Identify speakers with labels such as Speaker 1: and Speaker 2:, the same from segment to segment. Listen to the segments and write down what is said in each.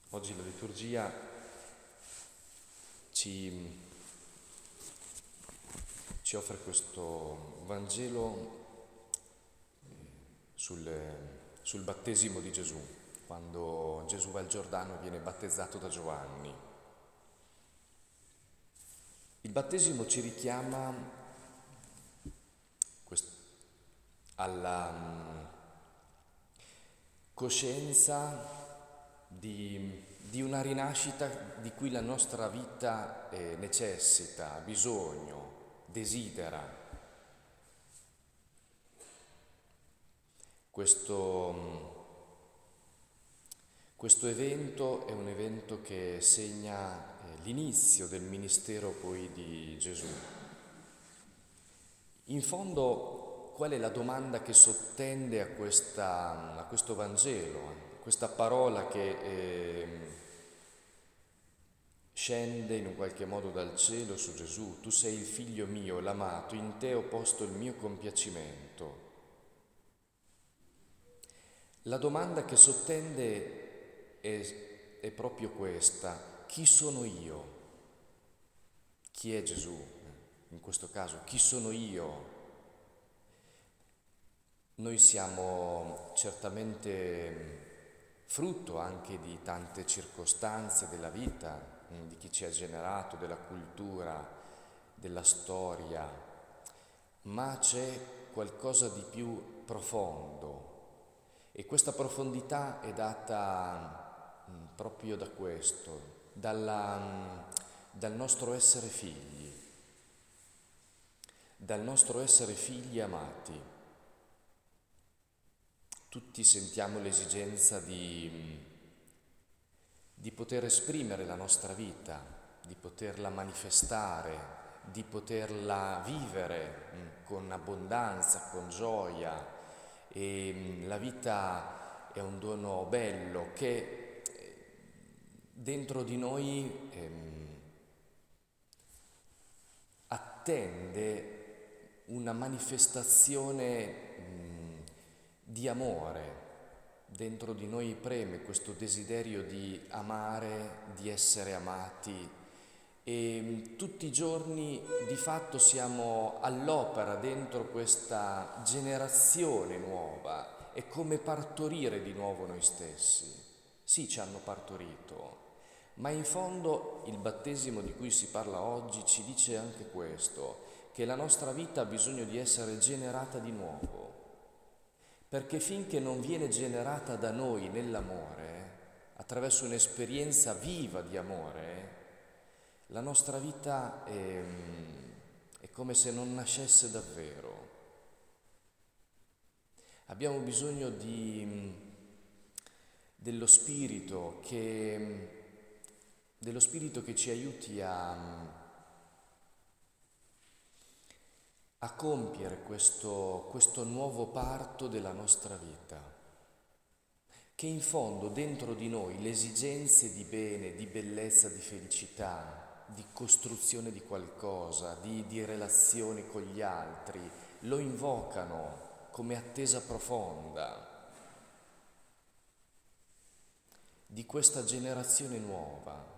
Speaker 1: Oggi la liturgia ci, ci offre questo Vangelo sul battesimo di Gesù, quando Gesù va al Giordano e viene battezzato da Giovanni. Il battesimo ci richiama alla coscienza di una rinascita di cui la nostra vita necessita, ha bisogno, desidera. Questo evento è un evento che segna l'inizio del ministero poi di Gesù. In fondo, qual è la domanda che sottende a questo Vangelo? Questa parola che scende in un qualche modo dal cielo su Gesù: tu sei il figlio mio, l'amato, in te ho posto il mio compiacimento. La domanda che sottende è proprio questa: chi sono io? Chi è Gesù? In questo caso, chi sono io? Noi siamo certamente frutto anche di tante circostanze della vita, di chi ci ha generato, della cultura, della storia, ma c'è qualcosa di più profondo e questa profondità è data proprio da questo, dal nostro essere figli amati. Tutti sentiamo l'esigenza di poter esprimere la nostra vita, di poterla manifestare, di poterla vivere con abbondanza, con gioia. E la vita è un dono bello che dentro di noi attende una manifestazione di amore. Dentro di noi preme questo desiderio di amare, di essere amati e tutti i giorni di fatto siamo all'opera dentro questa generazione nuova. È come partorire di nuovo noi stessi. Sì, ci hanno partorito, ma in fondo il battesimo di cui si parla oggi ci dice anche questo, che la nostra vita ha bisogno di essere generata di nuovo. Perché finché non viene generata da noi nell'amore, attraverso un'esperienza viva di amore, la nostra vita è come se non nascesse davvero. Abbiamo bisogno dello Spirito che ci aiuti a compiere questo nuovo parto della nostra vita, che in fondo dentro di noi le esigenze di bene, di bellezza, di felicità, di costruzione di qualcosa, di relazioni con gli altri, lo invocano come attesa profonda di questa generazione nuova.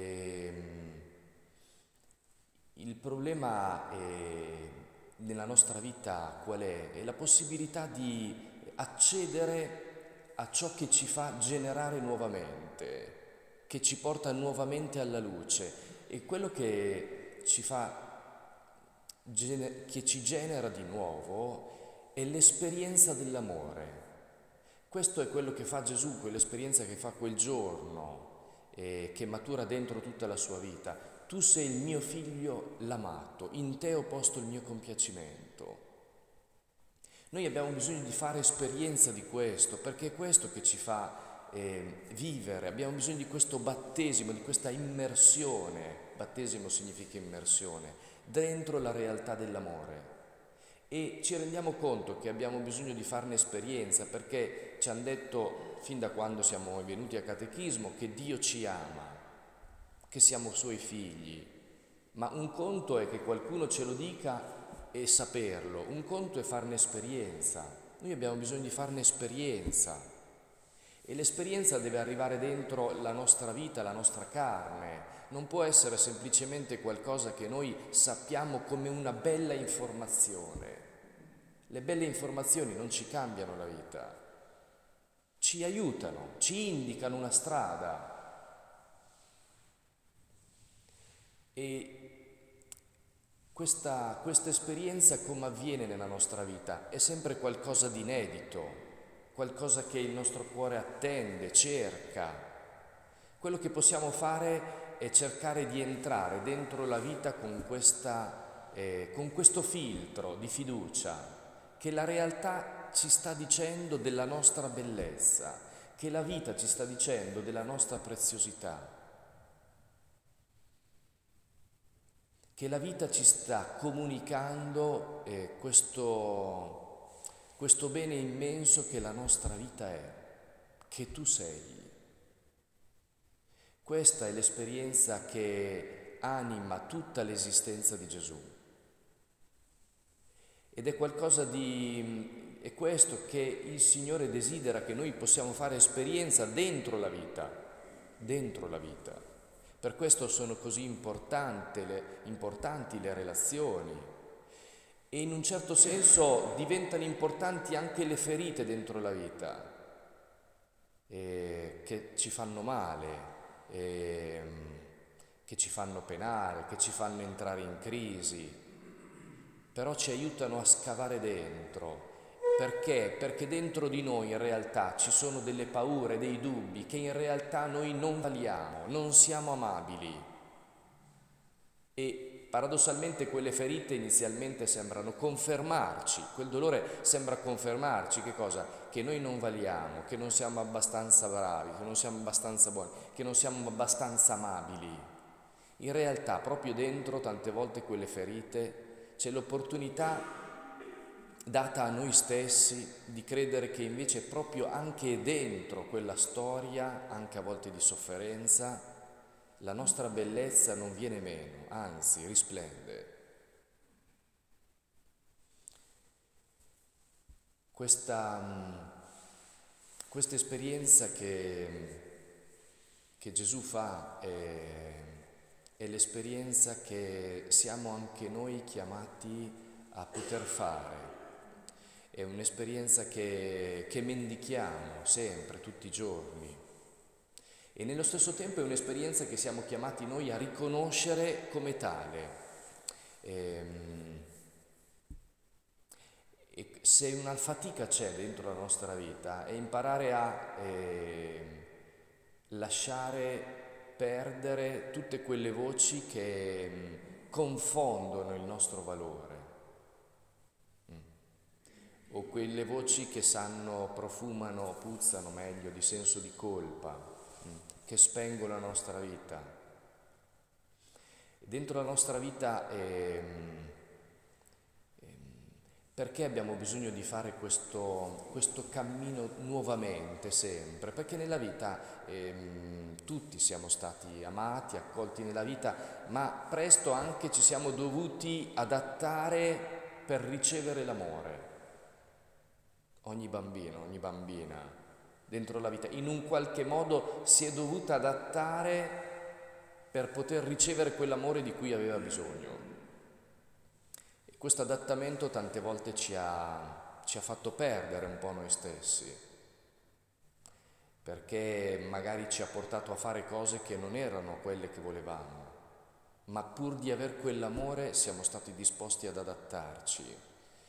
Speaker 1: Il problema nella nostra vita qual è? È la possibilità di accedere a ciò che ci fa generare nuovamente, che ci porta nuovamente alla luce, e quello che che ci genera di nuovo è l'esperienza dell'amore. Questo è quello che fa Gesù, quell'esperienza che fa quel giorno, che matura dentro tutta la sua vita. Tu sei il mio figlio l'amato, in te ho posto il mio compiacimento. Noi abbiamo bisogno di fare esperienza di questo, perché è questo che ci fa vivere. Abbiamo bisogno di questo battesimo, di questa immersione. Battesimo significa immersione, dentro la realtà dell'amore. E ci rendiamo conto che abbiamo bisogno di farne esperienza, perché ci hanno detto fin da quando siamo venuti a catechismo che Dio ci ama, che siamo suoi figli, ma un conto è che qualcuno ce lo dica e saperlo, un conto è farne esperienza. Noi abbiamo bisogno di farne esperienza E l'esperienza deve arrivare dentro la nostra vita, la nostra carne. Non può essere semplicemente qualcosa che noi sappiamo come una bella informazione. Le belle informazioni non ci cambiano la vita, ci aiutano, ci indicano una strada. E questa esperienza, come avviene nella nostra vita, è sempre qualcosa di inedito, qualcosa che il nostro cuore attende, cerca. Quello che possiamo fare è cercare di entrare dentro la vita con questo filtro di fiducia, che la realtà ci sta dicendo della nostra bellezza, che la vita ci sta dicendo della nostra preziosità, che la vita ci sta comunicando questo bene immenso che la nostra vita è, che tu sei. Questa è l'esperienza che anima tutta l'esistenza di Gesù. Ed è è questo che il Signore desidera che noi possiamo fare esperienza dentro la vita, dentro la vita. Per questo sono così importanti le relazioni e in un certo senso diventano importanti anche le ferite dentro la vita, che ci fanno male, che ci fanno penare, che ci fanno entrare in crisi, però ci aiutano a scavare dentro. Perché? Perché dentro di noi in realtà ci sono delle paure, dei dubbi, che in realtà noi non valiamo, non siamo amabili. E paradossalmente quelle ferite inizialmente sembrano confermarci, quel dolore sembra confermarci che cosa? Che noi non valiamo, che non siamo abbastanza bravi, che non siamo abbastanza buoni, che non siamo abbastanza amabili. In realtà proprio dentro tante volte quelle ferite c'è l'opportunità data a noi stessi di credere che invece proprio anche dentro quella storia, anche a volte di sofferenza, la nostra bellezza non viene meno, anzi risplende. Questa esperienza che Gesù fa è l'esperienza che siamo anche noi chiamati a poter fare. È un'esperienza che mendichiamo sempre, tutti i giorni. E nello stesso tempo è un'esperienza che siamo chiamati noi a riconoscere come tale. E se una fatica c'è dentro la nostra vita è imparare a lasciare perdere tutte quelle voci che confondono il nostro valore. O quelle voci che profumano, puzzano meglio di senso di colpa, che spengono la nostra vita. Dentro la nostra vita, perché abbiamo bisogno di fare questo cammino nuovamente, sempre? Perché nella vita tutti siamo stati amati, accolti nella vita, ma presto anche ci siamo dovuti adattare per ricevere l'amore. Ogni bambino, ogni bambina, dentro la vita, in un qualche modo si è dovuta adattare per poter ricevere quell'amore di cui aveva bisogno. E questo adattamento tante volte ci ha fatto perdere un po' noi stessi, perché magari ci ha portato a fare cose che non erano quelle che volevamo, ma pur di aver quell'amore siamo stati disposti ad adattarci.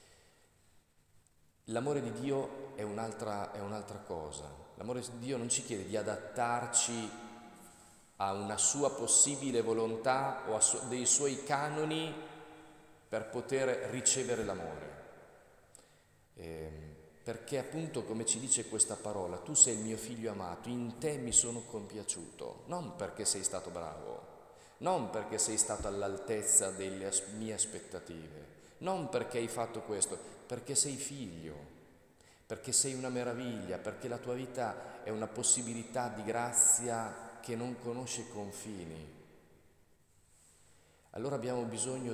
Speaker 1: L'amore di Dio è un'altra cosa. L'amore di Dio non ci chiede di adattarci a una sua possibile volontà o a dei suoi canoni per poter ricevere l'amore. Perché appunto, come ci dice questa parola, tu sei il mio figlio amato, in te mi sono compiaciuto, non perché sei stato bravo, non perché sei stato all'altezza delle mie aspettative, non perché hai fatto questo, perché sei figlio, perché sei una meraviglia, perché la tua vita è una possibilità di grazia che non conosce confini. Allora abbiamo bisogno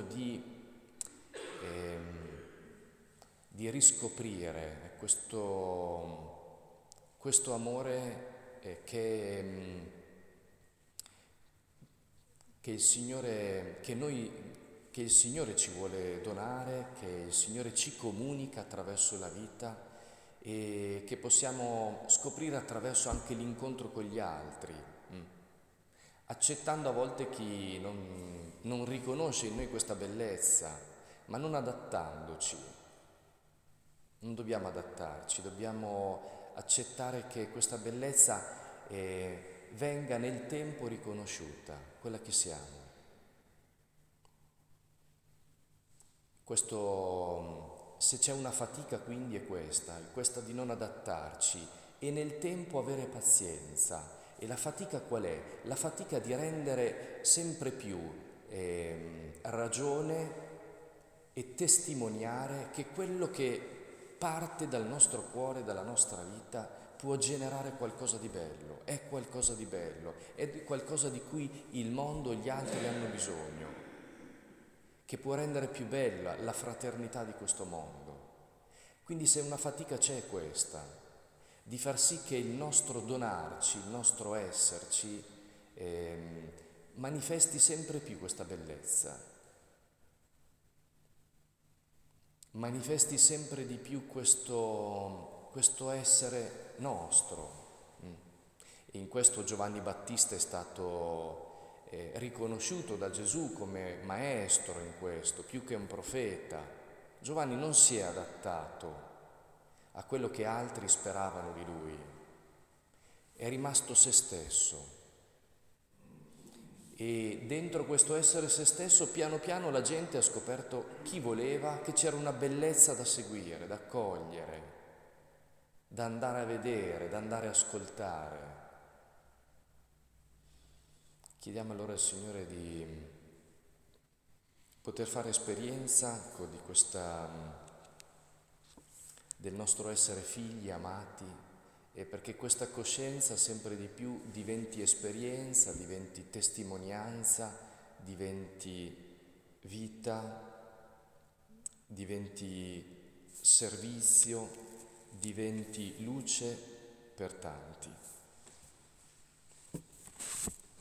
Speaker 1: di riscoprire questo amore che il Signore, che il Signore ci vuole donare, che il Signore ci comunica attraverso la vita e che possiamo scoprire attraverso anche l'incontro con gli altri, accettando a volte chi non riconosce in noi questa bellezza, ma non adattandoci. Non dobbiamo adattarci, dobbiamo accettare che questa bellezza venga nel tempo riconosciuta, quella che siamo. Se c'è una fatica quindi è questa di non adattarci e nel tempo avere pazienza. E la fatica qual è? La fatica di rendere sempre più ragione e testimoniare che quello che parte dal nostro cuore, dalla nostra vita, può generare qualcosa di bello, è qualcosa di bello, è qualcosa di cui il mondo e gli altri hanno bisogno, che può rendere più bella la fraternità di questo mondo. Quindi se una fatica c'è questa, di far sì che il nostro donarci, il nostro esserci, manifesti sempre più questa bellezza, manifesti sempre di più questo essere nostro. E in questo Giovanni Battista è stato riconosciuto da Gesù come maestro in questo, più che un profeta. Giovanni non si è adattato a quello che altri speravano di lui, è rimasto se stesso. E dentro questo essere se stesso, piano piano la gente ha scoperto chi voleva, che c'era una bellezza da seguire, da cogliere, da andare a vedere, da andare a ascoltare. Chiediamo allora al Signore di poter fare esperienza di del nostro essere figli amati, e perché questa coscienza sempre di più diventi esperienza, diventi testimonianza, diventi vita, diventi servizio, diventi luce per tanti.